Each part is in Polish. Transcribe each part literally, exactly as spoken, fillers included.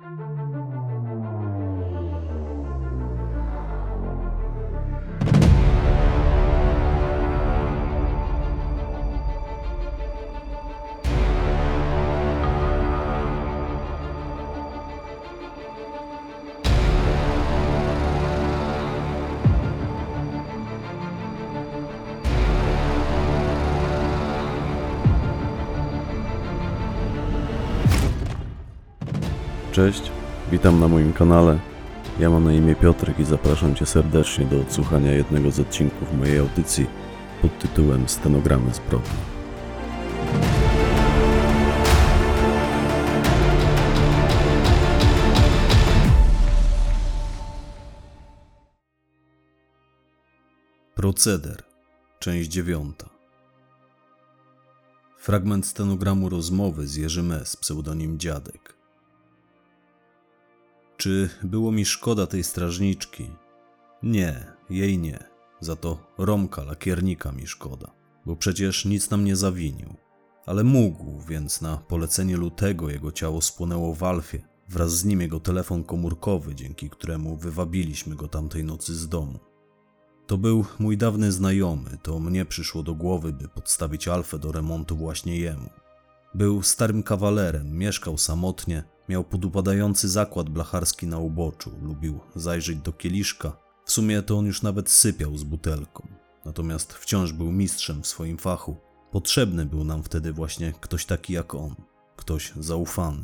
Cześć, witam na moim kanale. Ja mam na imię Piotrek i zapraszam Cię serdecznie do odsłuchania jednego z odcinków mojej audycji pod tytułem Stenogramy zbrodni. Proceder, część dziewiąta. Fragment stenogramu rozmowy z Jerzym S., pseudonim Dziadek. Czy było mi szkoda tej strażniczki? Nie, jej nie. Za to Romka, lakiernika, mi szkoda, bo przecież nic nam nie zawinił. Ale mógł, więc na polecenie Lutego jego ciało spłonęło w Alfie, wraz z nim jego telefon komórkowy, dzięki któremu wywabiliśmy go tamtej nocy z domu. To był mój dawny znajomy, to mnie przyszło do głowy, by podstawić Alfę do remontu właśnie jemu. Był starym kawalerem, mieszkał samotnie, miał podupadający zakład blacharski na uboczu, lubił zajrzeć do kieliszka, w sumie to on już nawet sypiał z butelką, natomiast wciąż był mistrzem w swoim fachu. Potrzebny był nam wtedy właśnie ktoś taki jak on, ktoś zaufany.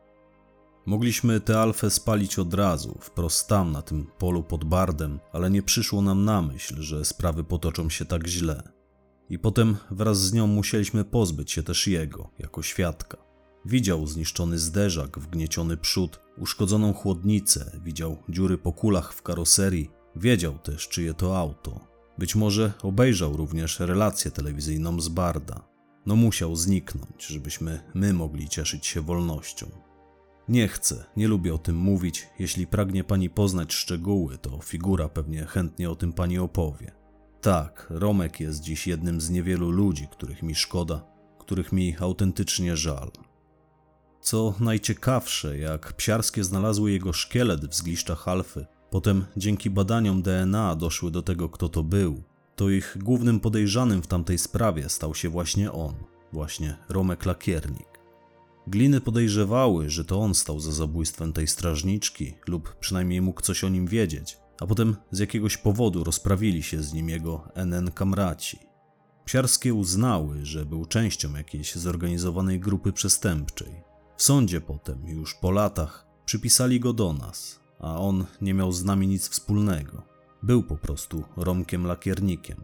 Mogliśmy tę Alfę spalić od razu, wprost tam, na tym polu pod Bardem, ale nie przyszło nam na myśl, że sprawy potoczą się tak źle. I potem wraz z nią musieliśmy pozbyć się też jego, jako świadka. Widział zniszczony zderzak, wgnieciony przód, uszkodzoną chłodnicę, widział dziury po kulach w karoserii, wiedział też, czyje to auto. Być może obejrzał również relację telewizyjną z Barda. No musiał zniknąć, żebyśmy my mogli cieszyć się wolnością. Nie chcę, nie lubię o tym mówić, jeśli pragnie pani poznać szczegóły, to figura pewnie chętnie o tym pani opowie. Tak, Romek jest dziś jednym z niewielu ludzi, których mi szkoda, których mi autentycznie żal. Co najciekawsze, jak Psiarskie znalazły jego szkielet w zgliszczach Alfy, potem dzięki badaniom D N A doszły do tego, kto to był, to ich głównym podejrzanym w tamtej sprawie stał się właśnie on, właśnie Romek Lakiernik. Gliny podejrzewały, że to on stał za zabójstwem tej strażniczki lub przynajmniej mógł coś o nim wiedzieć, a potem z jakiegoś powodu rozprawili się z nim jego N N kamraci. Psiarskie uznały, że był częścią jakiejś zorganizowanej grupy przestępczej. W sądzie potem, już po latach, przypisali go do nas, a on nie miał z nami nic wspólnego. Był po prostu Romkiem Lakiernikiem.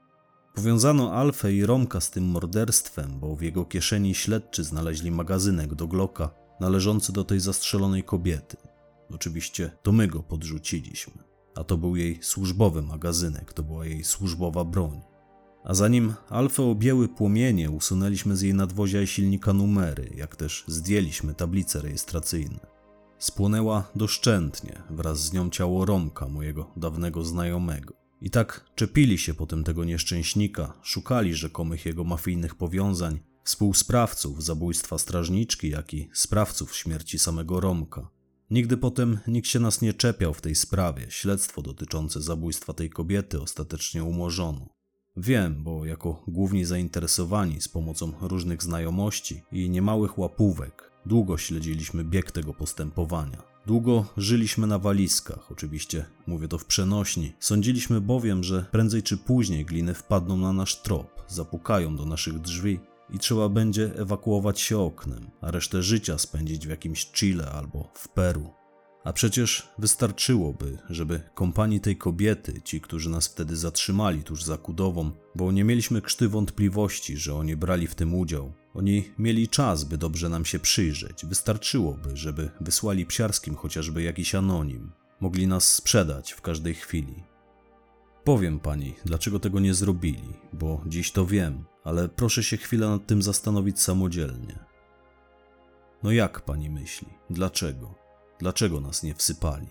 Powiązano Alfę i Romka z tym morderstwem, bo w jego kieszeni śledczy znaleźli magazynek do Glocka należący do tej zastrzelonej kobiety. Oczywiście to my go podrzuciliśmy, a to był jej służbowy magazynek, to była jej służbowa broń. A zanim Alfę objęły płomienie, usunęliśmy z jej nadwozia i silnika numery, jak też zdjęliśmy tablice rejestracyjne. Spłonęła doszczętnie, wraz z nią ciało Romka, mojego dawnego znajomego. I tak czepili się potem tego nieszczęśnika, szukali rzekomych jego mafijnych powiązań, współsprawców zabójstwa strażniczki, jak i sprawców śmierci samego Romka. Nigdy potem nikt się nas nie czepiał w tej sprawie, śledztwo dotyczące zabójstwa tej kobiety ostatecznie umorzono. Wiem, bo jako główni zainteresowani z pomocą różnych znajomości i niemałych łapówek długo śledziliśmy bieg tego postępowania. Długo żyliśmy na walizkach, oczywiście mówię to w przenośni. Sądziliśmy bowiem, że prędzej czy później gliny wpadną na nasz trop, zapukają do naszych drzwi i trzeba będzie ewakuować się oknem, a resztę życia spędzić w jakimś Chile albo w Peru. A przecież wystarczyłoby, żeby kompanii tej kobiety, ci, którzy nas wtedy zatrzymali tuż za Kudową, bo nie mieliśmy krzty wątpliwości, że oni brali w tym udział. Oni mieli czas, by dobrze nam się przyjrzeć. Wystarczyłoby, żeby wysłali Psiarskim chociażby jakiś anonim. Mogli nas sprzedać w każdej chwili. Powiem pani, dlaczego tego nie zrobili, bo dziś to wiem, ale proszę się chwilę nad tym zastanowić samodzielnie. No jak pani myśli? Dlaczego? Dlaczego nas nie wsypali?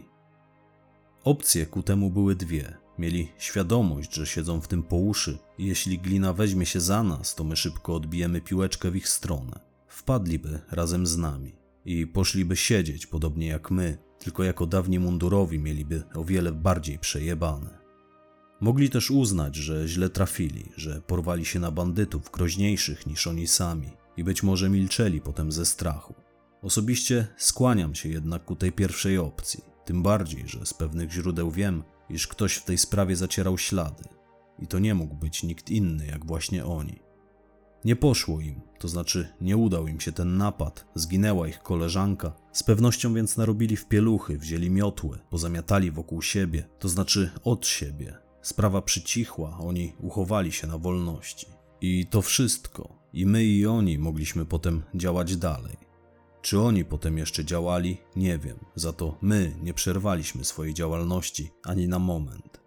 Opcje ku temu były dwie. Mieli świadomość, że siedzą w tym po uszy i jeśli glina weźmie się za nas, to my szybko odbijemy piłeczkę w ich stronę. Wpadliby razem z nami. i poszliby siedzieć podobnie jak my, tylko jako dawni mundurowi mieliby o wiele bardziej przejebane. Mogli też uznać, że źle trafili, że porwali się na bandytów groźniejszych niż oni sami i być może milczeli potem ze strachu. Osobiście skłaniam się jednak ku tej pierwszej opcji, tym bardziej, że z pewnych źródeł wiem, iż ktoś w tej sprawie zacierał ślady i to nie mógł być nikt inny jak właśnie oni. Nie poszło im, to znaczy nie udał im się ten napad, zginęła ich koleżanka, z pewnością więc narobili w pieluchy, wzięli miotły, pozamiatali wokół siebie, to znaczy od siebie. Sprawa przycichła, oni uchowali się na wolności. I to wszystko, i my i oni mogliśmy potem działać dalej. Czy oni potem jeszcze działali? Nie wiem, za to my nie przerwaliśmy swojej działalności ani na moment.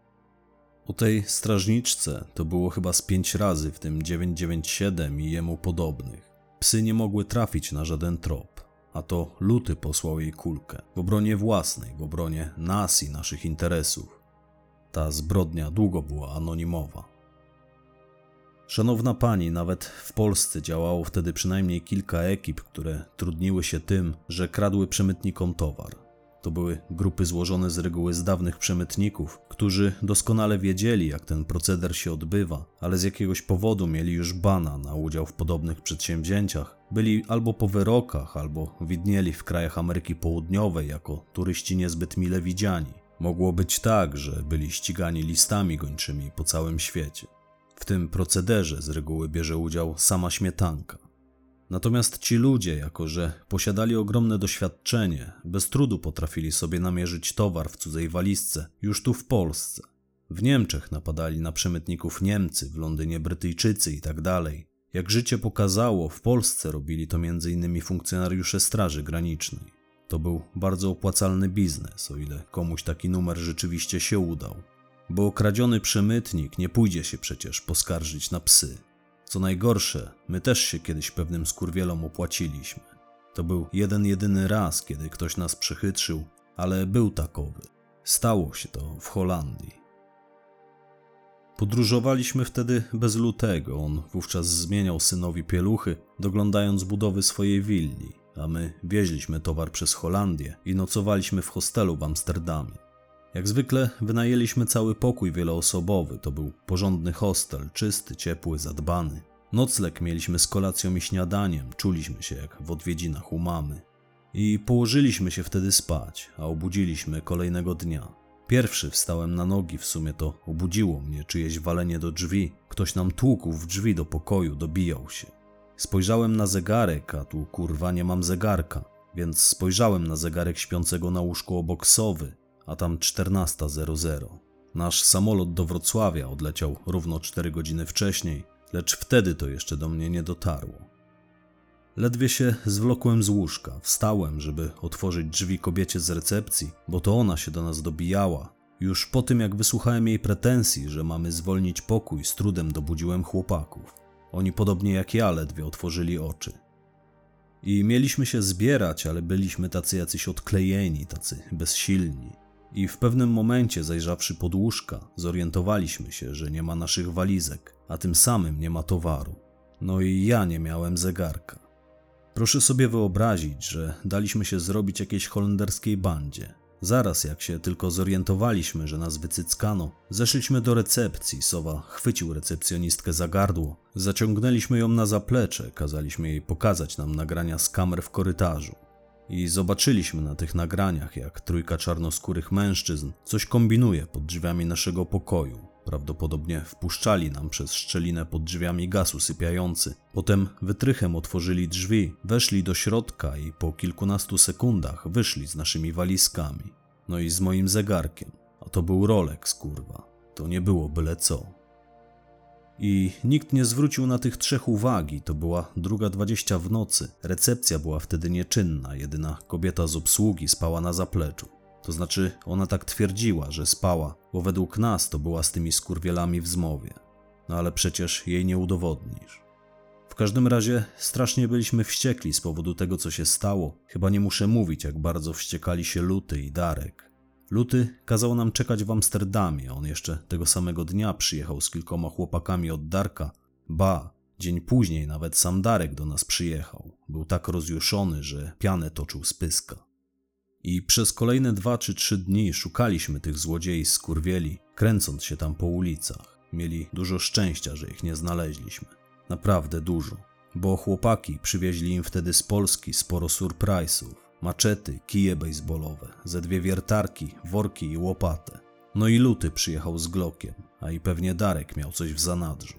O tej strażniczce to było chyba z pięć razy, w tym dziewięć dziewięć siedem i jemu podobnych. Psy nie mogły trafić na żaden trop, a to Luty posłał jej kulkę, w obronie własnej, w obronie nas i naszych interesów. Ta zbrodnia długo była anonimowa. Szanowna pani, nawet w Polsce działało wtedy przynajmniej kilka ekip, które trudniły się tym, że kradły przemytnikom towar. To były grupy złożone z reguły z dawnych przemytników, którzy doskonale wiedzieli, jak ten proceder się odbywa, ale z jakiegoś powodu mieli już bana na udział w podobnych przedsięwzięciach. Byli albo po wyrokach, albo widnieli w krajach Ameryki Południowej jako turyści niezbyt mile widziani. Mogło być tak, że byli ścigani listami gończymi po całym świecie. W tym procederze z reguły bierze udział sama śmietanka. Natomiast ci ludzie, jako że posiadali ogromne doświadczenie, bez trudu potrafili sobie namierzyć towar w cudzej walizce już tu w Polsce. W Niemczech napadali na przemytników Niemcy, w Londynie Brytyjczycy i tak dalej. Jak życie pokazało, w Polsce robili to między innymi funkcjonariusze Straży Granicznej. To był bardzo opłacalny biznes, o ile komuś taki numer rzeczywiście się udał. Bo kradziony przemytnik nie pójdzie się przecież poskarżyć na psy. Co najgorsze, my też się kiedyś pewnym skurwielom opłaciliśmy. To był jeden jedyny raz, kiedy ktoś nas przechytrzył, ale był takowy. Stało się to w Holandii. Podróżowaliśmy wtedy bez Lutego, on wówczas zmieniał synowi pieluchy, doglądając budowy swojej willi, a my wieźliśmy towar przez Holandię i nocowaliśmy w hostelu w Amsterdamie. Jak zwykle wynajęliśmy cały pokój wieloosobowy, to był porządny hostel, czysty, ciepły, zadbany. Nocleg mieliśmy z kolacją i śniadaniem, czuliśmy się jak w odwiedzinach u mamy. I położyliśmy się wtedy spać, a obudziliśmy kolejnego dnia. Pierwszy wstałem na nogi, w sumie to obudziło mnie czyjeś walenie do drzwi. Ktoś nam tłukł w drzwi do pokoju, dobijał się. Spojrzałem na zegarek, a tu kurwa nie mam zegarka, więc spojrzałem na zegarek śpiącego na łóżku obok sowy, a tam czternasta zero zero. Nasz samolot do Wrocławia odleciał równo cztery godziny wcześniej, lecz wtedy to jeszcze do mnie nie dotarło. Ledwie się zwlokłem z łóżka, wstałem, żeby otworzyć drzwi kobiecie z recepcji, bo to ona się do nas dobijała. Już po tym, jak wysłuchałem jej pretensji, że mamy zwolnić pokój, z trudem dobudziłem chłopaków. Oni podobnie jak ja ledwie otworzyli oczy. I mieliśmy się zbierać, ale byliśmy tacy jacyś odklejeni, tacy bezsilni. I w pewnym momencie, zajrzawszy pod łóżka, zorientowaliśmy się, że nie ma naszych walizek, a tym samym nie ma towaru. No i ja nie miałem zegarka. Proszę sobie wyobrazić, że daliśmy się zrobić jakiejś holenderskiej bandzie. Zaraz jak się tylko zorientowaliśmy, że nas wycyckano, zeszliśmy do recepcji, sowa chwycił recepcjonistkę za gardło, zaciągnęliśmy ją na zaplecze, kazaliśmy jej pokazać nam nagrania z kamer w korytarzu. I zobaczyliśmy na tych nagraniach, jak trójka czarnoskórych mężczyzn coś kombinuje pod drzwiami naszego pokoju. Prawdopodobnie wpuszczali nam przez szczelinę pod drzwiami gaz usypiający. Potem wytrychem otworzyli drzwi, weszli do środka i po kilkunastu sekundach wyszli z naszymi walizkami. No i z moim zegarkiem. A to był Rolex, kurwa. To nie było byle co. I nikt nie zwrócił na tych trzech uwagi, to była druga dwadzieścia w nocy. Recepcja była wtedy nieczynna, jedyna kobieta z obsługi spała na zapleczu. To znaczy ona tak twierdziła, że spała, bo według nas to była z tymi skurwielami w zmowie. No ale przecież jej nie udowodnisz. W każdym razie strasznie byliśmy wściekli z powodu tego, co się stało. Chyba nie muszę mówić, jak bardzo wściekali się Luty i Darek. Luty kazał nam czekać w Amsterdamie, on jeszcze tego samego dnia przyjechał z kilkoma chłopakami od Darka. Ba, Dzień później nawet sam Darek do nas przyjechał. Był tak rozjuszony, że pianę toczył z pyska. I przez kolejne dwa czy trzy dni szukaliśmy tych złodziei skurwieli, kręcąc się tam po ulicach. Mieli dużo szczęścia, że ich nie znaleźliśmy. Naprawdę dużo. Bo chłopaki przywieźli im wtedy z Polski sporo surprise'ów. Maczety, kije bejsbolowe, ze dwie wiertarki, worki i łopatę. No i Luty przyjechał z Glockiem, a i pewnie Darek miał coś w zanadrzu.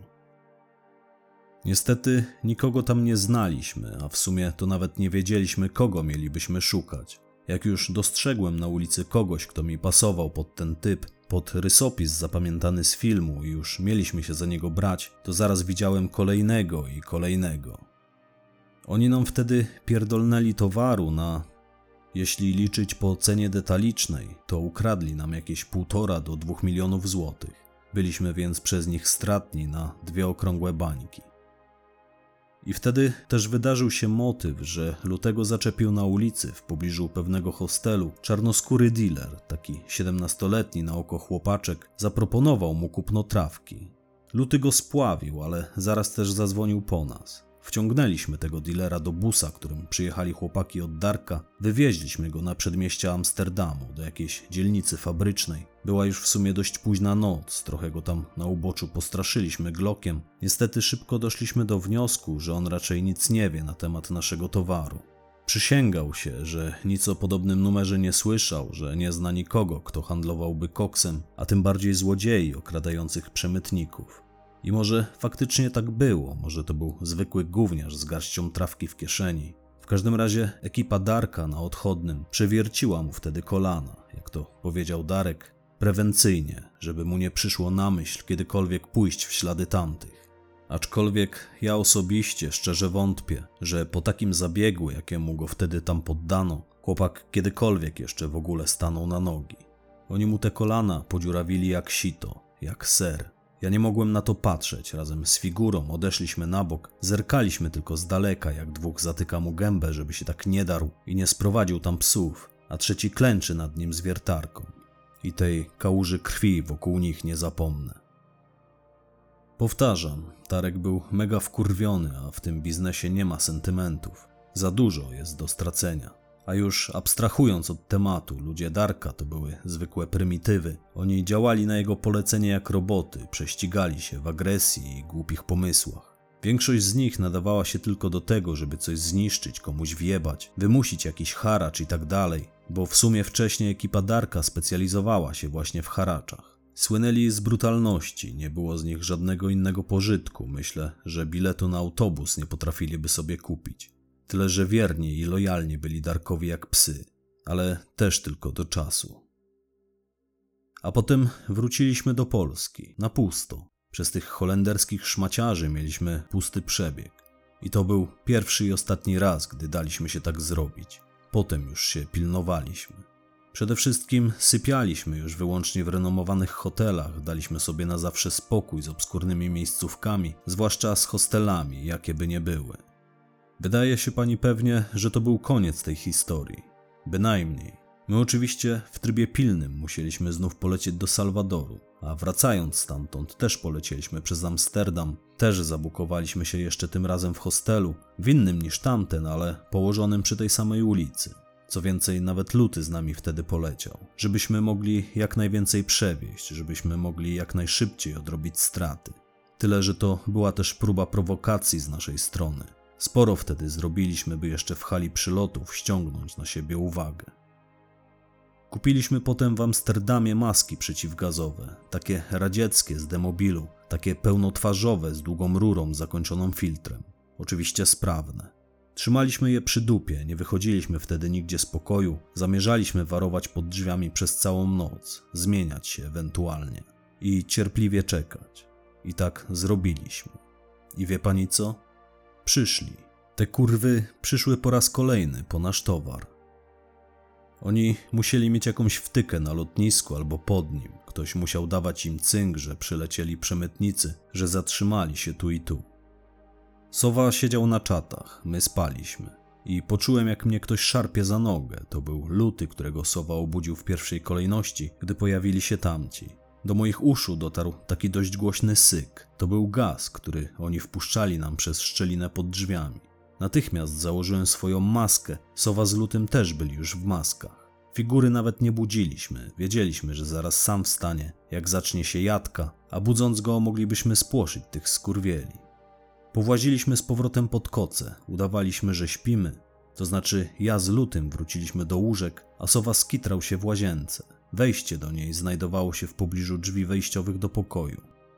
Niestety nikogo tam nie znaliśmy, a w sumie to nawet nie wiedzieliśmy, kogo mielibyśmy szukać. Jak już dostrzegłem na ulicy kogoś, kto mi pasował pod ten typ, pod rysopis zapamiętany z filmu i już mieliśmy się za niego brać, to zaraz widziałem kolejnego i kolejnego. Oni nam wtedy pierdolnęli towaru na... Jeśli liczyć po cenie detalicznej, to ukradli nam jakieś półtora do dwóch milionów złotych. Byliśmy więc przez nich stratni na dwie okrągłe bańki. I wtedy też wydarzył się motyw, że Lutego zaczepił na ulicy w pobliżu pewnego hostelu czarnoskóry dealer, taki siedemnastoletni na oko chłopaczek, zaproponował mu kupno trawki. Luty go spławił, ale zaraz też zadzwonił po nas. Wciągnęliśmy tego dealera do busa, którym przyjechali chłopaki od Darka, wywieźliśmy go na przedmieścia Amsterdamu, do jakiejś dzielnicy fabrycznej. Była już w sumie dość późna noc, trochę go tam na uboczu postraszyliśmy Glockiem. Niestety szybko doszliśmy do wniosku, że on raczej nic nie wie na temat naszego towaru. Przysięgał się, że nic o podobnym numerze nie słyszał, że nie zna nikogo, kto handlowałby koksem, a tym bardziej złodziei okradających przemytników. I może faktycznie tak było, może to był zwykły gówniarz z garścią trawki w kieszeni. W każdym razie ekipa Darka na odchodnym przewierciła mu wtedy kolana, jak to powiedział Darek, prewencyjnie, żeby mu nie przyszło na myśl kiedykolwiek pójść w ślady tamtych. Aczkolwiek ja osobiście szczerze wątpię, że po takim zabiegu, jakiemu go wtedy tam poddano, chłopak kiedykolwiek jeszcze w ogóle stanął na nogi. Oni mu te kolana podziurawili jak sito, jak ser. Ja nie mogłem na to patrzeć, razem z figurą odeszliśmy na bok, zerkaliśmy tylko z daleka, jak dwóch zatyka mu gębę, żeby się tak nie darł i nie sprowadził tam psów, a trzeci klęczy nad nim z wiertarką. I tej kałuży krwi wokół nich nie zapomnę. Powtarzam, Darek był mega wkurwiony, a w tym biznesie nie ma sentymentów. Za dużo jest do stracenia. A już abstrahując od tematu, ludzie Darka to były zwykłe prymitywy. Oni działali na jego polecenie jak roboty, prześcigali się w agresji i głupich pomysłach. Większość z nich nadawała się tylko do tego, żeby coś zniszczyć, komuś wjebać, wymusić jakiś haracz i tak dalej, bo w sumie wcześniej ekipa Darka specjalizowała się właśnie w haraczach. Słynęli z brutalności, nie było z nich żadnego innego pożytku. Myślę, że biletu na autobus nie potrafiliby sobie kupić. Tyle, że wiernie i lojalnie byli Darkowi jak psy, ale też tylko do czasu. A potem wróciliśmy do Polski, na pusto. Przez tych holenderskich szmaciarzy mieliśmy pusty przebieg. I to był pierwszy i ostatni raz, gdy daliśmy się tak zrobić. Potem już się pilnowaliśmy. Przede wszystkim sypialiśmy już wyłącznie w renomowanych hotelach, daliśmy sobie na zawsze spokój z obskurnymi miejscówkami, zwłaszcza z hostelami, jakie by nie były. Wydaje się pani pewnie, że to był koniec tej historii. Bynajmniej. My oczywiście w trybie pilnym musieliśmy znów polecieć do Salwadoru, a wracając stamtąd też polecieliśmy przez Amsterdam. Też zabukowaliśmy się jeszcze tym razem w hostelu, w innym niż tamten, ale położonym przy tej samej ulicy. Co więcej, nawet Luty z nami wtedy poleciał, żebyśmy mogli jak najwięcej przewieźć, żebyśmy mogli jak najszybciej odrobić straty. Tyle, że to była też próba prowokacji z naszej strony. Sporo wtedy zrobiliśmy, by jeszcze w hali przylotów ściągnąć na siebie uwagę. Kupiliśmy potem w Amsterdamie maski przeciwgazowe, takie radzieckie z demobilu, takie pełnotwarzowe z długą rurą zakończoną filtrem. Oczywiście sprawne. Trzymaliśmy je przy dupie, nie wychodziliśmy wtedy nigdzie z pokoju, zamierzaliśmy warować pod drzwiami przez całą noc, zmieniać się ewentualnie i cierpliwie czekać. I tak zrobiliśmy. I wie pani co? Przyszli. Te kurwy przyszły po raz kolejny po nasz towar. Oni musieli mieć jakąś wtykę na lotnisku albo pod nim. Ktoś musiał dawać im cynk, że przylecieli przemytnicy, że zatrzymali się tu i tu. Sowa siedział na czatach, my spaliśmy. I poczułem, jak mnie ktoś szarpie za nogę. To był Luty, którego Sowa obudził w pierwszej kolejności, gdy pojawili się tamci. Do moich uszu dotarł taki dość głośny syk. To był gaz, który oni wpuszczali nam przez szczelinę pod drzwiami. Natychmiast założyłem swoją maskę. Sowa z Lutym też byli już w maskach. Figury nawet nie budziliśmy. Wiedzieliśmy, że zaraz sam wstanie, jak zacznie się jadka, a budząc go moglibyśmy spłoszyć tych skurwieli. Powłaziliśmy z powrotem pod koce. Udawaliśmy, że śpimy. To znaczy ja z Lutym wróciliśmy do łóżek, a Sowa skitrał się w łazience. Wejście do niej znajdowało się w pobliżu drzwi wejściowych do pokoju.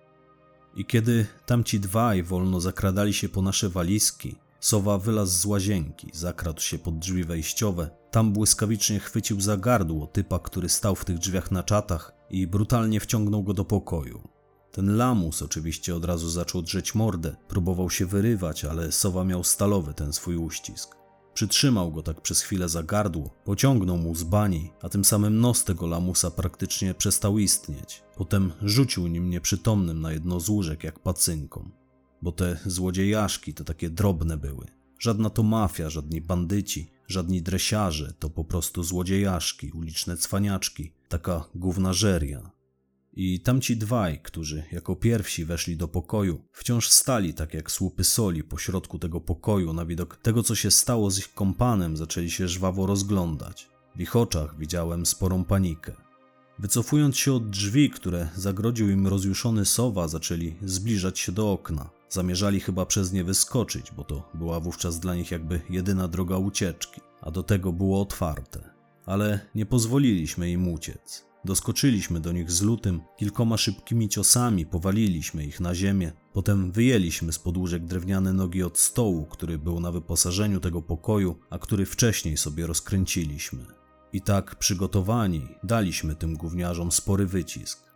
I kiedy tamci dwaj wolno zakradali się po nasze walizki, Sowa wylazł z łazienki, zakradł się pod drzwi wejściowe, tam błyskawicznie chwycił za gardło typa, który stał w tych drzwiach na czatach i brutalnie wciągnął go do pokoju. Ten lamus oczywiście od razu zaczął drzeć mordę, próbował się wyrywać, ale Sowa miał stalowy ten swój uścisk. Przytrzymał go tak przez chwilę za gardło, pociągnął mu z bani, a tym samym nos tego lamusa praktycznie przestał istnieć. Potem rzucił nim nieprzytomnym na jedno z łóżek jak pacynką. Bo te złodziejaszki to takie drobne były. Żadna to mafia, żadni bandyci, żadni dresiarze, to po prostu złodziejaszki, uliczne cwaniaczki, taka gównażeria. I tamci dwaj, którzy jako pierwsi weszli do pokoju, wciąż stali tak jak słupy soli po środku tego pokoju. Na widok tego, co się stało z ich kompanem, zaczęli się żwawo rozglądać. W ich oczach widziałem sporą panikę. Wycofując się od drzwi, które zagrodził im rozjuszony Sowa, zaczęli zbliżać się do okna. Zamierzali chyba przez nie wyskoczyć, bo to była wówczas dla nich jakby jedyna droga ucieczki, a do tego było otwarte. Ale nie pozwoliliśmy im uciec. Doskoczyliśmy do nich z Lutym, kilkoma szybkimi ciosami powaliliśmy ich na ziemię, potem wyjęliśmy z podłóżek drewniane nogi od stołu, który był na wyposażeniu tego pokoju, a który wcześniej sobie rozkręciliśmy. I tak przygotowani daliśmy tym gówniarzom spory wycisk.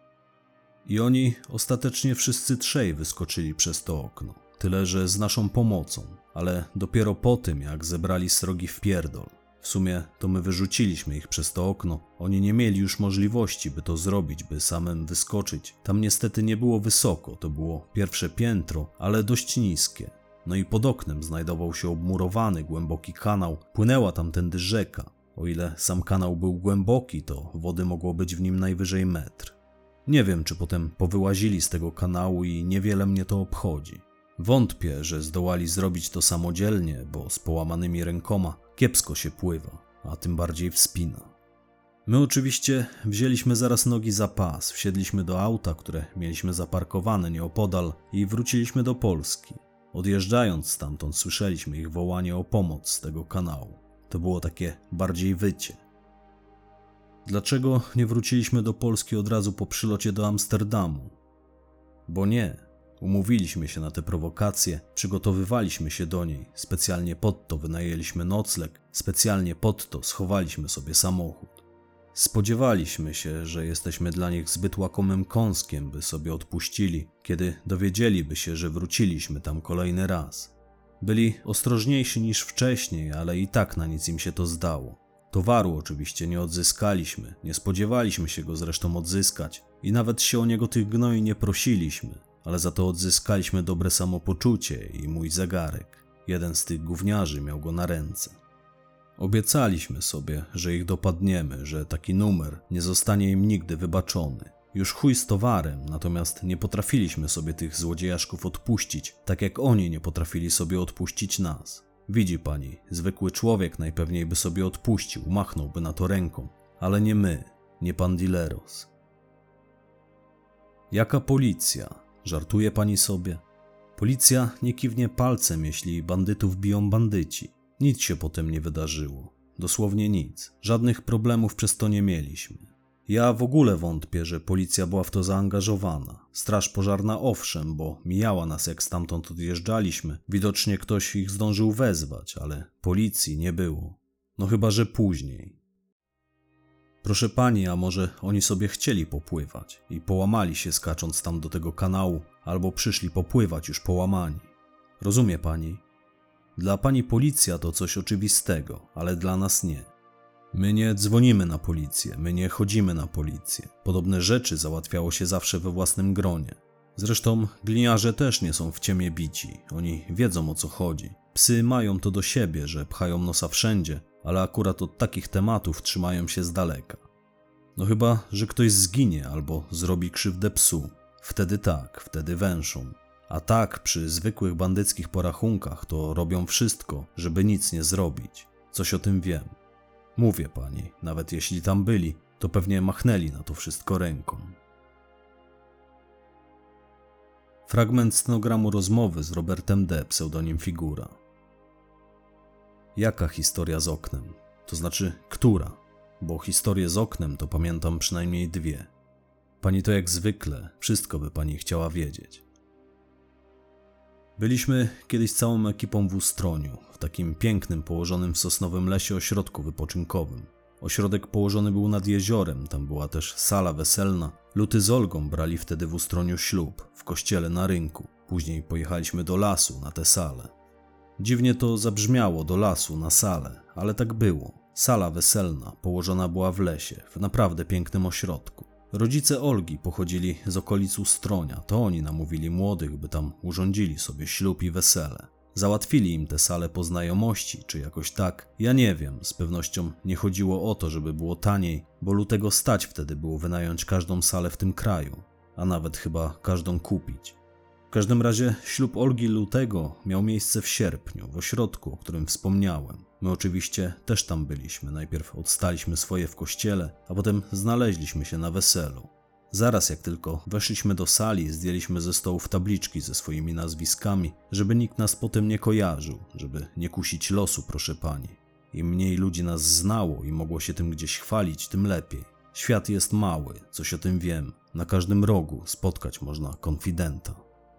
I oni ostatecznie wszyscy trzej wyskoczyli przez to okno, tyle że z naszą pomocą, ale dopiero po tym jak zebrali srogi wpierdol. W sumie to my wyrzuciliśmy ich przez to okno. Oni nie mieli już możliwości, by to zrobić, by samym wyskoczyć. Tam niestety nie było wysoko, to było pierwsze piętro, ale dość niskie. No i pod oknem znajdował się obmurowany, głęboki kanał. Płynęła tamtędy rzeka. O ile sam kanał był głęboki, to wody mogło być w nim najwyżej metr. Nie wiem, czy potem powyłazili z tego kanału i niewiele mnie to obchodzi. Wątpię, że zdołali zrobić to samodzielnie, bo z połamanymi rękoma kiepsko się pływa, a tym bardziej wspina. My oczywiście wzięliśmy zaraz nogi za pas, wsiedliśmy do auta, które mieliśmy zaparkowane nieopodal i wróciliśmy do Polski. Odjeżdżając stamtąd słyszeliśmy ich wołanie o pomoc z tego kanału. To było takie bardziej wycie. Dlaczego nie wróciliśmy do Polski od razu po przylocie do Amsterdamu? Bo nie. Umówiliśmy się na tę prowokację, przygotowywaliśmy się do niej, specjalnie pod to wynajęliśmy nocleg, specjalnie pod to schowaliśmy sobie samochód. Spodziewaliśmy się, że jesteśmy dla nich zbyt łakomym kąskiem, by sobie odpuścili, kiedy dowiedzieliby się, że wróciliśmy tam kolejny raz. Byli ostrożniejsi niż wcześniej, ale i tak na nic im się to zdało. Towaru oczywiście nie odzyskaliśmy, nie spodziewaliśmy się go zresztą odzyskać i nawet się o niego tych gnoi nie prosiliśmy. Ale za to odzyskaliśmy dobre samopoczucie i mój zegarek. Jeden z tych gówniarzy miał go na ręce. Obiecaliśmy sobie, że ich dopadniemy, że taki numer nie zostanie im nigdy wybaczony. Już chuj z towarem, natomiast nie potrafiliśmy sobie tych złodziejaszków odpuścić, tak jak oni nie potrafili sobie odpuścić nas. Widzi pani, zwykły człowiek najpewniej by sobie odpuścił, machnąłby na to ręką, ale nie my, nie pan Dileros. Jaka policja? Żartuje pani sobie? Policja nie kiwnie palcem, jeśli bandytów biją bandyci. Nic się potem nie wydarzyło. Dosłownie nic. Żadnych problemów przez to nie mieliśmy. Ja w ogóle wątpię, że policja była w to zaangażowana. Straż pożarna owszem, bo mijała nas jak stamtąd odjeżdżaliśmy. Widocznie ktoś ich zdążył wezwać, ale policji nie było. No chyba, że później. Proszę pani, a może oni sobie chcieli popływać i połamali się skacząc tam do tego kanału, albo przyszli popływać już połamani. Rozumie pani? Dla pani policja to coś oczywistego, ale dla nas nie. My nie dzwonimy na policję, my nie chodzimy na policję. Podobne rzeczy załatwiało się zawsze we własnym gronie. Zresztą gliniarze też nie są w ciemię bici, oni wiedzą o co chodzi. Psy mają to do siebie, że pchają nosa wszędzie, ale akurat od takich tematów trzymają się z daleka. No chyba, że ktoś zginie albo zrobi krzywdę psu. Wtedy tak, wtedy węszą. A tak, przy zwykłych bandyckich porachunkach to robią wszystko, żeby nic nie zrobić. Coś o tym wiem. Mówię pani, nawet jeśli tam byli, to pewnie machnęli na to wszystko ręką. Fragment stenogramu rozmowy z Robertem D., pseudonim Figura. Jaka historia z oknem? To znaczy, która? Bo historię z oknem to pamiętam przynajmniej dwie. Pani to jak zwykle, wszystko by pani chciała wiedzieć. Byliśmy kiedyś całą ekipą w Ustroniu, w takim pięknym, położonym w sosnowym lesie ośrodku wypoczynkowym. Ośrodek położony był nad jeziorem, tam była też sala weselna. Luty z Olgą brali wtedy w Ustroniu ślub, w kościele na rynku. Później pojechaliśmy do lasu, na tę salę. Dziwnie to zabrzmiało, do lasu, na salę, ale tak było. Sala weselna położona była w lesie, w naprawdę pięknym ośrodku. Rodzice Olgi pochodzili z okolic Ustronia, to oni namówili młodych, by tam urządzili sobie ślub i wesele. Załatwili im tę salę po znajomości, czy jakoś tak, ja nie wiem, z pewnością nie chodziło o to, żeby było taniej, bo Lutego stać wtedy było wynająć każdą salę w tym kraju, a nawet chyba każdą kupić. W każdym razie ślub Olgi i Lutego miał miejsce w sierpniu, w ośrodku, o którym wspomniałem. My oczywiście też tam byliśmy, najpierw odstaliśmy swoje w kościele, a potem znaleźliśmy się na weselu. Zaraz jak tylko weszliśmy do sali, zdjęliśmy ze stołów tabliczki ze swoimi nazwiskami, żeby nikt nas potem nie kojarzył, żeby nie kusić losu, proszę pani. Im mniej ludzi nas znało i mogło się tym gdzieś chwalić, tym lepiej. Świat jest mały, coś o tym wiem. Na każdym rogu spotkać można konfidenta.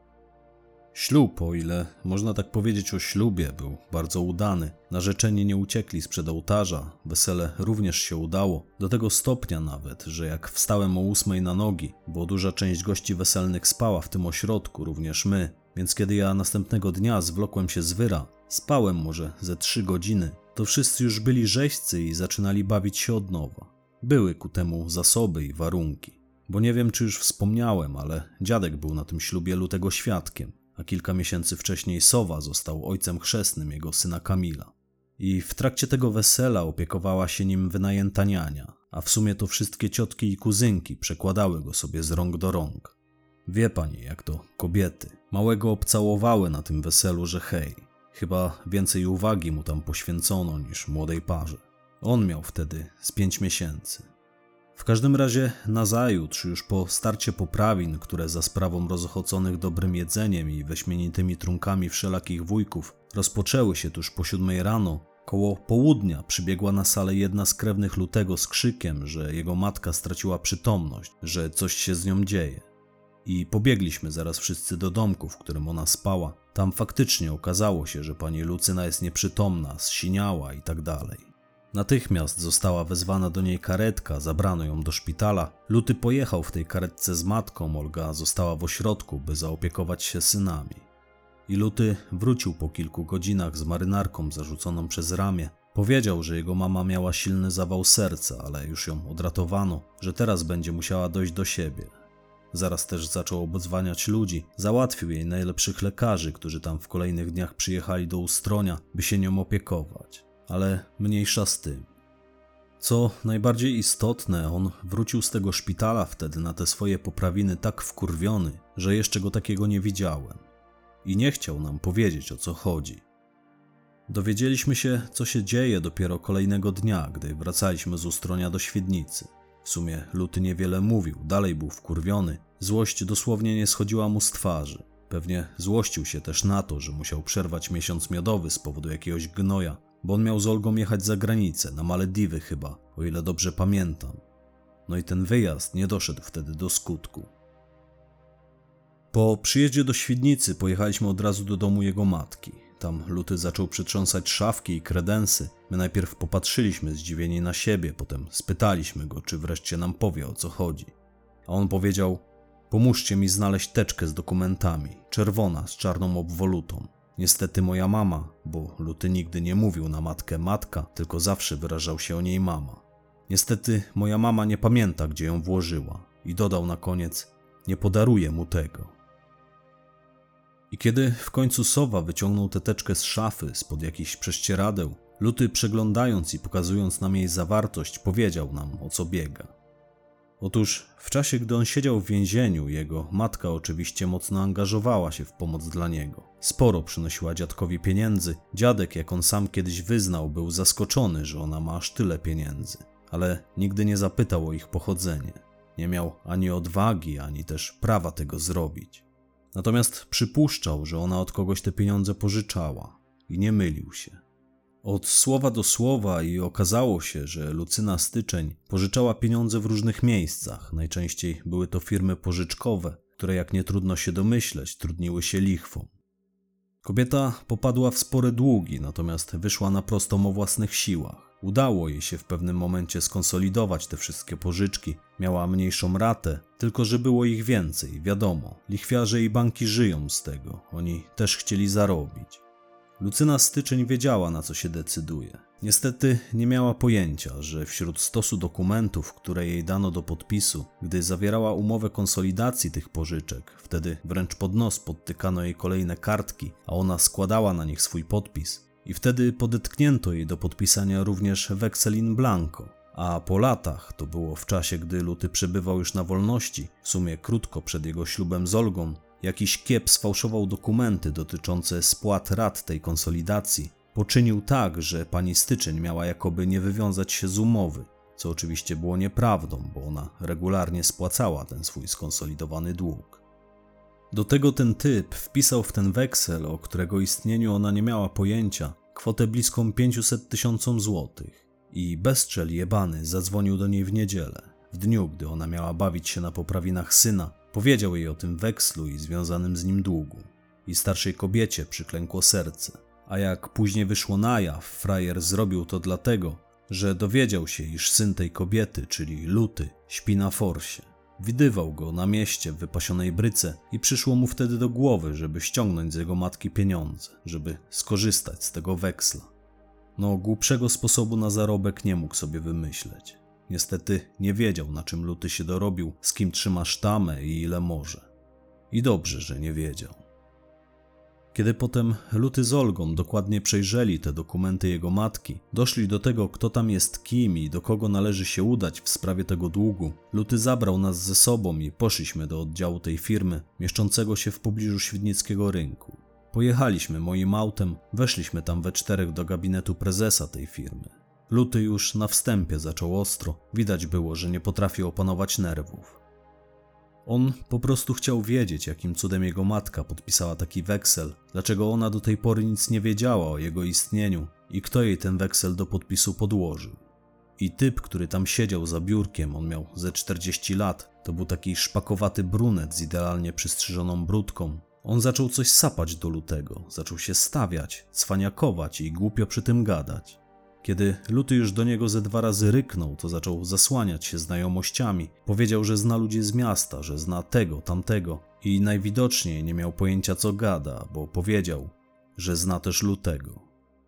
Ślub, o ile można tak powiedzieć o ślubie, był bardzo udany. Narzeczeni nie uciekli sprzed ołtarza, wesele również się udało, do tego stopnia nawet, że jak wstałem o ósmej na nogi, bo duża część gości weselnych spała w tym ośrodku, również my, więc kiedy ja następnego dnia zwlokłem się z wyra, spałem może ze trzy godziny, to wszyscy już byli rzeźcy i zaczynali bawić się od nowa. Były ku temu zasoby i warunki. Bo nie wiem, czy już wspomniałem, ale dziadek był na tym ślubie Lutego świadkiem, a kilka miesięcy wcześniej Sowa został ojcem chrzestnym jego syna Kamila. I w trakcie tego wesela opiekowała się nim wynajęta niania, a w sumie to wszystkie ciotki i kuzynki przekładały go sobie z rąk do rąk. Wie pani, jak to kobiety. Małego obcałowały na tym weselu, że hej, chyba więcej uwagi mu tam poświęcono niż młodej parze. On miał wtedy z pięć miesięcy. W każdym razie nazajutrz, już po starcie poprawin, które za sprawą rozochoconych dobrym jedzeniem i wyśmienitymi trunkami wszelakich wujków rozpoczęły się tuż po siódmej rano, koło południa przybiegła na salę jedna z krewnych Lutego z krzykiem, że jego matka straciła przytomność, że coś się z nią dzieje. I pobiegliśmy zaraz wszyscy do domku, w którym ona spała. Tam faktycznie okazało się, że pani Lucyna jest nieprzytomna, zsiniała i tak dalej. Natychmiast została wezwana do niej karetka, zabrano ją do szpitala. Luty pojechał w tej karetce z matką, Olga została w ośrodku, by zaopiekować się synami. I Luty wrócił po kilku godzinach z marynarką zarzuconą przez ramię. Powiedział, że jego mama miała silny zawał serca, ale już ją odratowano, że teraz będzie musiała dojść do siebie. Zaraz też zaczął obdzwaniać ludzi, załatwił jej najlepszych lekarzy, którzy tam w kolejnych dniach przyjechali do Ustronia, by się nią opiekować. Ale mniejsza z tym. Co najbardziej istotne, on wrócił z tego szpitala wtedy na te swoje poprawiny tak wkurwiony, że jeszcze go takiego nie widziałem. I nie chciał nam powiedzieć, o co chodzi. Dowiedzieliśmy się, co się dzieje dopiero kolejnego dnia, gdy wracaliśmy z Ustronia do Świdnicy. W sumie Luty niewiele mówił, dalej był wkurwiony. Złość dosłownie nie schodziła mu z twarzy. Pewnie złościł się też na to, że musiał przerwać miesiąc miodowy z powodu jakiegoś gnoja, bo on miał z Olgą jechać za granicę, na Malediwy chyba, o ile dobrze pamiętam. No i ten wyjazd nie doszedł wtedy do skutku. Po przyjeździe do Świdnicy pojechaliśmy od razu do domu jego matki. Tam Luty zaczął przytrząsać szafki i kredensy. My najpierw popatrzyliśmy zdziwieni na siebie, potem spytaliśmy go, czy wreszcie nam powie, o co chodzi. A on powiedział: pomóżcie mi znaleźć teczkę z dokumentami, czerwona z czarną obwolutą. Niestety moja mama, bo Luty nigdy nie mówił na matkę matka, tylko zawsze wyrażał się o niej mama. Niestety moja mama nie pamięta, gdzie ją włożyła i dodał na koniec: nie podaruję mu tego. I kiedy w końcu Sowa wyciągnął tę teczkę z szafy, spod jakichś prześcieradeł, Luty, przeglądając i pokazując nam jej zawartość, powiedział nam, o co biega. Otóż w czasie, gdy on siedział w więzieniu, jego matka oczywiście mocno angażowała się w pomoc dla niego. Sporo przynosiła dziadkowi pieniędzy. Dziadek, jak on sam kiedyś wyznał, był zaskoczony, że ona ma aż tyle pieniędzy, ale nigdy nie zapytał o ich pochodzenie. Nie miał ani odwagi, ani też prawa tego zrobić. Natomiast przypuszczał, że ona od kogoś te pieniądze pożyczała i nie mylił się. Od słowa do słowa i okazało się, że Lucyna Styczeń pożyczała pieniądze w różnych miejscach. Najczęściej były to firmy pożyczkowe, które, jak nie trudno się domyśleć, trudniły się lichwą. Kobieta popadła w spore długi, natomiast wyszła na prostą o własnych siłach. Udało jej się w pewnym momencie skonsolidować te wszystkie pożyczki. Miała mniejszą ratę, tylko że było ich więcej, wiadomo. Lichwiarze i banki żyją z tego, oni też chcieli zarobić. Lucyna Styczeń wiedziała, na co się decyduje. Niestety nie miała pojęcia, że wśród stosu dokumentów, które jej dano do podpisu, gdy zawierała umowę konsolidacji tych pożyczek, wtedy wręcz pod nos podtykano jej kolejne kartki, a ona składała na nich swój podpis. I wtedy podetknięto jej do podpisania również weksel in blanco. A po latach, to było w czasie, gdy Luty przebywał już na wolności, w sumie krótko przed jego ślubem z Olgą, jakiś kiep sfałszował dokumenty dotyczące spłat rat tej konsolidacji. Poczynił tak, że pani Styczeń miała jakoby nie wywiązać się z umowy, co oczywiście było nieprawdą, bo ona regularnie spłacała ten swój skonsolidowany dług. Do tego ten typ wpisał w ten weksel, o którego istnieniu ona nie miała pojęcia, kwotę bliską pięćset tysiącom złotych. I bezczel jebany zadzwonił do niej w niedzielę, w dniu, gdy ona miała bawić się na poprawinach syna. Powiedział jej o tym wekslu i związanym z nim długu. I starszej kobiecie przyklękło serce. A jak później wyszło na jaw, frajer zrobił to dlatego, że dowiedział się, iż syn tej kobiety, czyli Luty, śpi na forsie. Widywał go na mieście w wypasionej bryce i przyszło mu wtedy do głowy, żeby ściągnąć z jego matki pieniądze, żeby skorzystać z tego weksla. No, głupszego sposobu na zarobek nie mógł sobie wymyśleć. Niestety nie wiedział, na czym Luty się dorobił, z kim trzyma sztamę i ile może. I dobrze, że nie wiedział. Kiedy potem Luty z Olgą dokładnie przejrzeli te dokumenty jego matki, doszli do tego, kto tam jest kim i do kogo należy się udać w sprawie tego długu, Luty zabrał nas ze sobą i poszliśmy do oddziału tej firmy, mieszczącego się w pobliżu Świdnickiego Rynku. Pojechaliśmy moim autem, weszliśmy tam we czterech do gabinetu prezesa tej firmy. Luty już na wstępie zaczął ostro, widać było, że nie potrafi opanować nerwów. On po prostu chciał wiedzieć, jakim cudem jego matka podpisała taki weksel, dlaczego ona do tej pory nic nie wiedziała o jego istnieniu i kto jej ten weksel do podpisu podłożył. I typ, który tam siedział za biurkiem, on miał ze czterdzieści lat, to był taki szpakowaty brunet z idealnie przystrzyżoną bródką. On zaczął coś sapać do Lutego, zaczął się stawiać, cwaniakować i głupio przy tym gadać. Kiedy Luty już do niego ze dwa razy ryknął, to zaczął zasłaniać się znajomościami. Powiedział, że zna ludzi z miasta, że zna tego, tamtego i najwidoczniej nie miał pojęcia, co gada, bo powiedział, że zna też Lutego.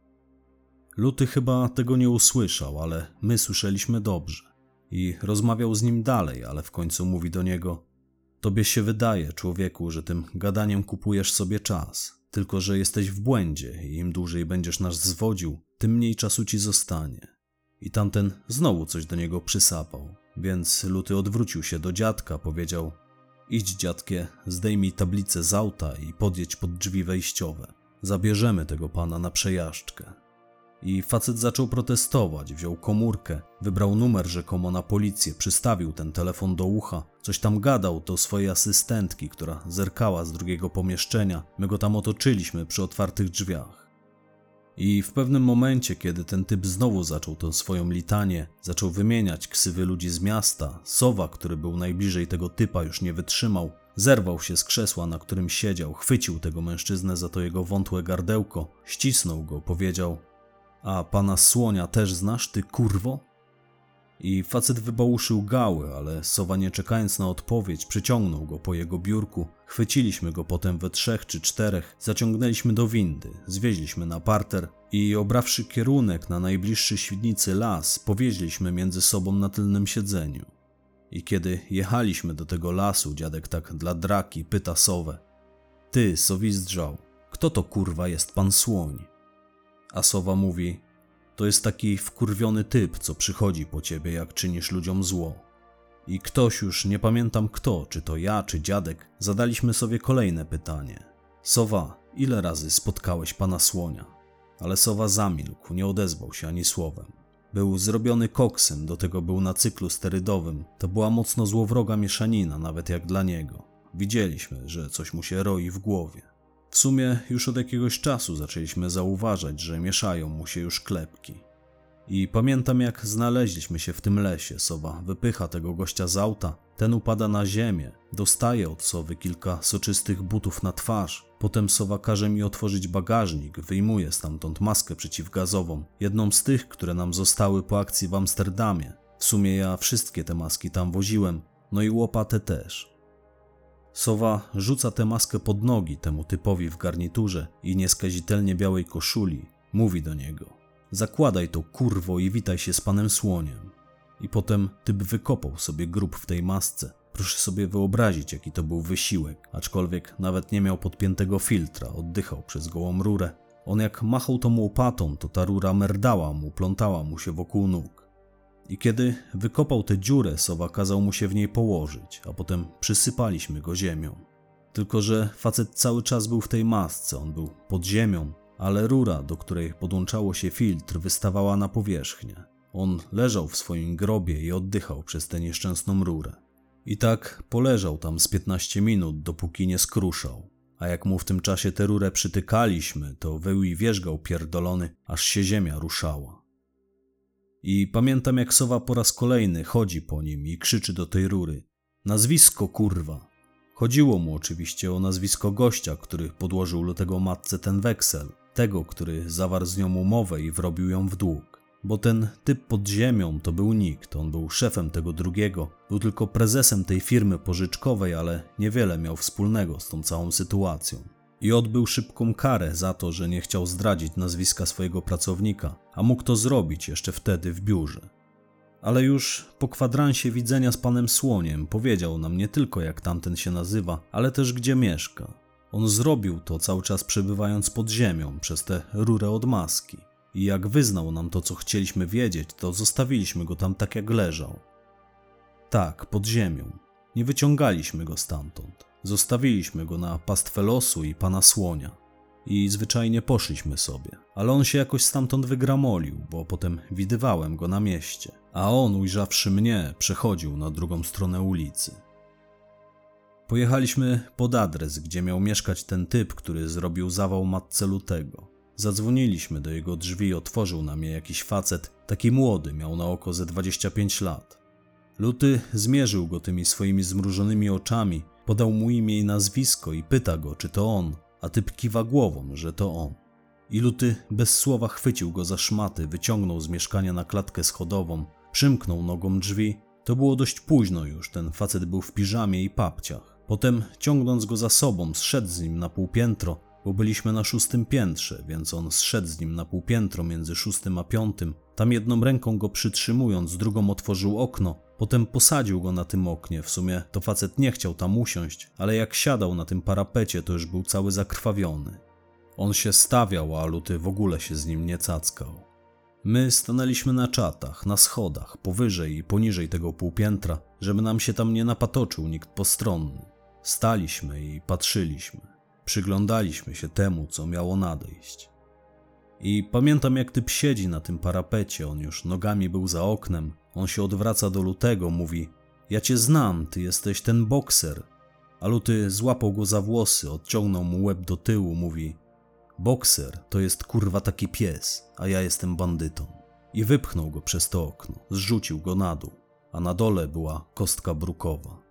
Luty chyba tego nie usłyszał, ale my słyszeliśmy dobrze. I rozmawiał z nim dalej, ale w końcu mówi do niego: tobie się wydaje, człowieku, że tym gadaniem kupujesz sobie czas. Tylko że jesteś w błędzie i im dłużej będziesz nas zwodził, tym mniej czasu ci zostanie. I tamten znowu coś do niego przysapał, więc Luty odwrócił się do dziadka, powiedział: idź, dziadkie, zdejmij tablicę z auta i podjedź pod drzwi wejściowe. Zabierzemy tego pana na przejażdżkę. I facet zaczął protestować, wziął komórkę, wybrał numer rzekomo na policję, przystawił ten telefon do ucha, coś tam gadał do swojej asystentki, która zerkała z drugiego pomieszczenia. My go tam otoczyliśmy przy otwartych drzwiach. I w pewnym momencie, kiedy ten typ znowu zaczął tę swoją litanię, zaczął wymieniać ksywy ludzi z miasta, Sowa, który był najbliżej tego typa, już nie wytrzymał, zerwał się z krzesła, na którym siedział, chwycił tego mężczyznę za to jego wątłe gardełko, ścisnął go, powiedział: a pana Słonia też znasz, ty kurwo? I facet wybałuszył gały, ale Sowa, nie czekając na odpowiedź, przyciągnął go po jego biurku. Chwyciliśmy go potem we trzech czy czterech, zaciągnęliśmy do windy, zwieźliśmy na parter i obrawszy kierunek na najbliższy Świdnicy las, powieźliśmy między sobą na tylnym siedzeniu. I kiedy jechaliśmy do tego lasu, dziadek tak dla draki pyta Sowę: ty, Sowizdrzał, kto to kurwa jest pan Słoń? A Sowa mówi: to jest taki wkurwiony typ, co przychodzi po ciebie, jak czynisz ludziom zło. I ktoś, już nie pamiętam kto, czy to ja, czy dziadek, zadaliśmy sobie kolejne pytanie. Sowa, ile razy spotkałeś pana Słonia? Ale Sowa zamilkł, nie odezwał się ani słowem. Był zrobiony koksem, do tego był na cyklu sterydowym. To była mocno złowroga mieszanina, nawet jak dla niego. Widzieliśmy, że coś mu się roi w głowie. W sumie już od jakiegoś czasu zaczęliśmy zauważać, że mieszają mu się już klepki. I pamiętam, jak znaleźliśmy się w tym lesie. Sowa wypycha tego gościa z auta, ten upada na ziemię, dostaje od Sowy kilka soczystych butów na twarz. Potem Sowa każe mi otworzyć bagażnik, wyjmuje stamtąd maskę przeciwgazową, jedną z tych, które nam zostały po akcji w Amsterdamie. W sumie ja wszystkie te maski tam woziłem, no i łopatę też. Sowa rzuca tę maskę pod nogi temu typowi w garniturze i nieskazitelnie białej koszuli. Mówi do niego: zakładaj to, kurwo, i witaj się z panem Słoniem. I potem typ wykopał sobie grób w tej masce. Proszę sobie wyobrazić, jaki to był wysiłek, aczkolwiek nawet nie miał podpiętego filtra, oddychał przez gołą rurę. On jak machał tą łopatą, to ta rura merdała mu, plątała mu się wokół nóg. I kiedy wykopał tę dziurę, Sowa kazał mu się w niej położyć, a potem przysypaliśmy go ziemią. Tylko że facet cały czas był w tej masce, on był pod ziemią, ale rura, do której podłączało się filtr, wystawała na powierzchnię. On leżał w swoim grobie i oddychał przez tę nieszczęsną rurę. I tak poleżał tam z piętnaście minut, dopóki nie skruszał. A jak mu w tym czasie tę rurę przytykaliśmy, to wył i wierzgał pierdolony, aż się ziemia ruszała. I pamiętam, jak Sowa po raz kolejny chodzi po nim i krzyczy do tej rury: nazwisko, kurwa! Chodziło mu oczywiście o nazwisko gościa, który podłożył Lutego matce ten weksel, tego, który zawarł z nią umowę i wrobił ją w dług. Bo ten typ pod ziemią to był nikt, on był szefem tego drugiego, był tylko prezesem tej firmy pożyczkowej, ale niewiele miał wspólnego z tą całą sytuacją. I odbył szybką karę za to, że nie chciał zdradzić nazwiska swojego pracownika, a mógł to zrobić jeszcze wtedy w biurze. Ale już po kwadransie widzenia z panem Słoniem powiedział nam nie tylko, jak tamten się nazywa, ale też gdzie mieszka. On zrobił to cały czas przebywając pod ziemią przez tę rurę od maski. I jak wyznał nam to, co chcieliśmy wiedzieć, to zostawiliśmy go tam tak, jak leżał. Tak, pod ziemią. Nie wyciągaliśmy go stamtąd. Zostawiliśmy go na pastwę losu i pana Słonia. I zwyczajnie poszliśmy sobie. Ale on się jakoś stamtąd wygramolił, bo potem widywałem go na mieście. A on, ujrzawszy mnie, przechodził na drugą stronę ulicy. Pojechaliśmy pod adres, gdzie miał mieszkać ten typ, który zrobił zawał matce Lutego. Zadzwoniliśmy do jego drzwi, otworzył nam je jakiś facet, taki młody, miał na oko ze dwadzieścia pięć lat. Luty zmierzył go tymi swoimi zmrużonymi oczami, podał mu imię i nazwisko i pyta go, czy to on, a typ kiwa głową, że to on. I Luty bez słowa chwycił go za szmaty, wyciągnął z mieszkania na klatkę schodową, przymknął nogą drzwi. To było dość późno już, ten facet był w piżamie i papciach. Potem, ciągnąc go za sobą, zszedł z nim na półpiętro, bo byliśmy na szóstym piętrze, więc on zszedł z nim na półpiętro między szóstym a piątym. Tam jedną ręką go przytrzymując, drugą otworzył okno, potem posadził go na tym oknie. W sumie to facet nie chciał tam usiąść, ale jak siadał na tym parapecie, to już był cały zakrwawiony. On się stawiał, a Luty w ogóle się z nim nie cackał. My stanęliśmy na czatach, na schodach, powyżej i poniżej tego półpiętra, żeby nam się tam nie napatoczył nikt postronny. Staliśmy i patrzyliśmy. Przyglądaliśmy się temu, co miało nadejść. I pamiętam, jak typ siedzi na tym parapecie, on już nogami był za oknem, on się odwraca do Lutego, mówi: ja cię znam, ty jesteś ten bokser. A Luty złapał go za włosy, odciągnął mu łeb do tyłu, mówi: bokser to jest kurwa taki pies, a ja jestem bandytą. I wypchnął go przez to okno, zrzucił go na dół, a na dole była kostka brukowa.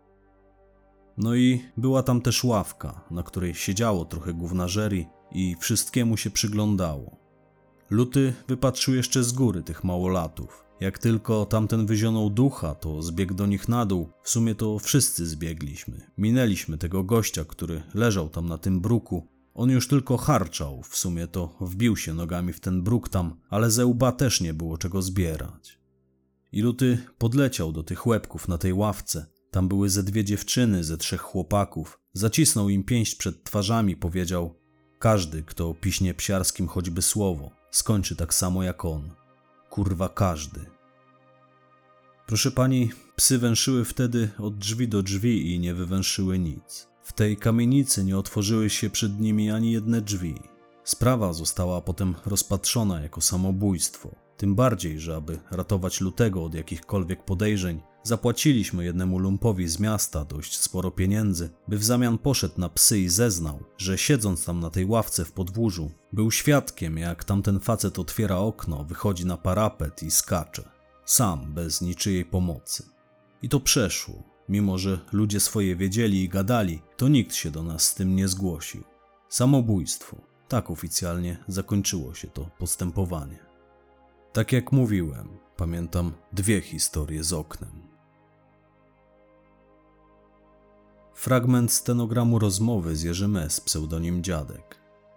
No i była tam też ławka, na której siedziało trochę gównażerii i wszystkiemu się przyglądało. Luty wypatrzył jeszcze z góry tych małolatów. Jak tylko tamten wyzionął ducha, to zbiegł do nich na dół. W sumie to wszyscy zbiegliśmy. Minęliśmy tego gościa, który leżał tam na tym bruku. On już tylko harczał, w sumie to wbił się nogami w ten bruk tam, ale ze łba też nie było czego zbierać. I Luty podleciał do tych łebków na tej ławce. Tam były ze dwie dziewczyny, ze trzech chłopaków. Zacisnął im pięść przed twarzami, powiedział: każdy, kto piśnie psiarskim choćby słowo, skończy tak samo jak on. Kurwa każdy. Proszę pani, psy węszyły wtedy od drzwi do drzwi i nie wywęszyły nic. W tej kamienicy nie otworzyły się przed nimi ani jedne drzwi. Sprawa została potem rozpatrzona jako samobójstwo. Tym bardziej, że aby ratować Lutego od jakichkolwiek podejrzeń, zapłaciliśmy jednemu lumpowi z miasta dość sporo pieniędzy, by w zamian poszedł na psy i zeznał, że siedząc tam na tej ławce w podwórzu, był świadkiem, jak tamten facet otwiera okno, wychodzi na parapet i skacze. Sam, bez niczyjej pomocy. I to przeszło. Mimo że ludzie swoje wiedzieli i gadali, to nikt się do nas z tym nie zgłosił. Samobójstwo. Tak oficjalnie zakończyło się to postępowanie. Tak jak mówiłem, pamiętam dwie historie z oknem. Fragment stenogramu rozmowy z Jerzym S., pseudonim Dziadek.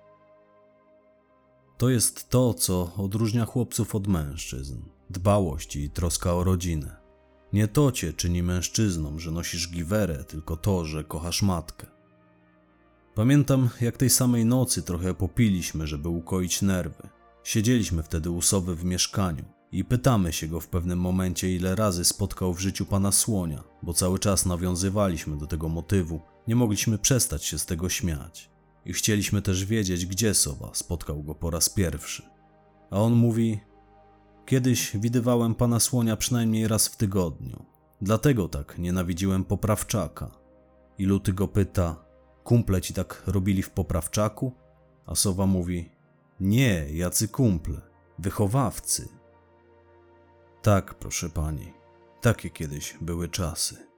To jest to, co odróżnia chłopców od mężczyzn. Dbałość i troska o rodzinę. Nie to cię czyni mężczyzną, że nosisz giwerę, tylko to, że kochasz matkę. Pamiętam, jak tej samej nocy trochę popiliśmy, żeby ukoić nerwy. Siedzieliśmy wtedy u Sowy w mieszkaniu i pytamy się go w pewnym momencie, ile razy spotkał w życiu pana Słonia, bo cały czas nawiązywaliśmy do tego motywu, nie mogliśmy przestać się z tego śmiać. I chcieliśmy też wiedzieć, gdzie Sowa spotkał go po raz pierwszy. A on mówi: kiedyś widywałem pana Słonia przynajmniej raz w tygodniu. Dlatego tak nienawidziłem Poprawczaka. I Luty go pyta: kumple ci tak robili w Poprawczaku? A Sowa mówi: nie, jacy kumple, wychowawcy. Tak, proszę pani, takie kiedyś były czasy.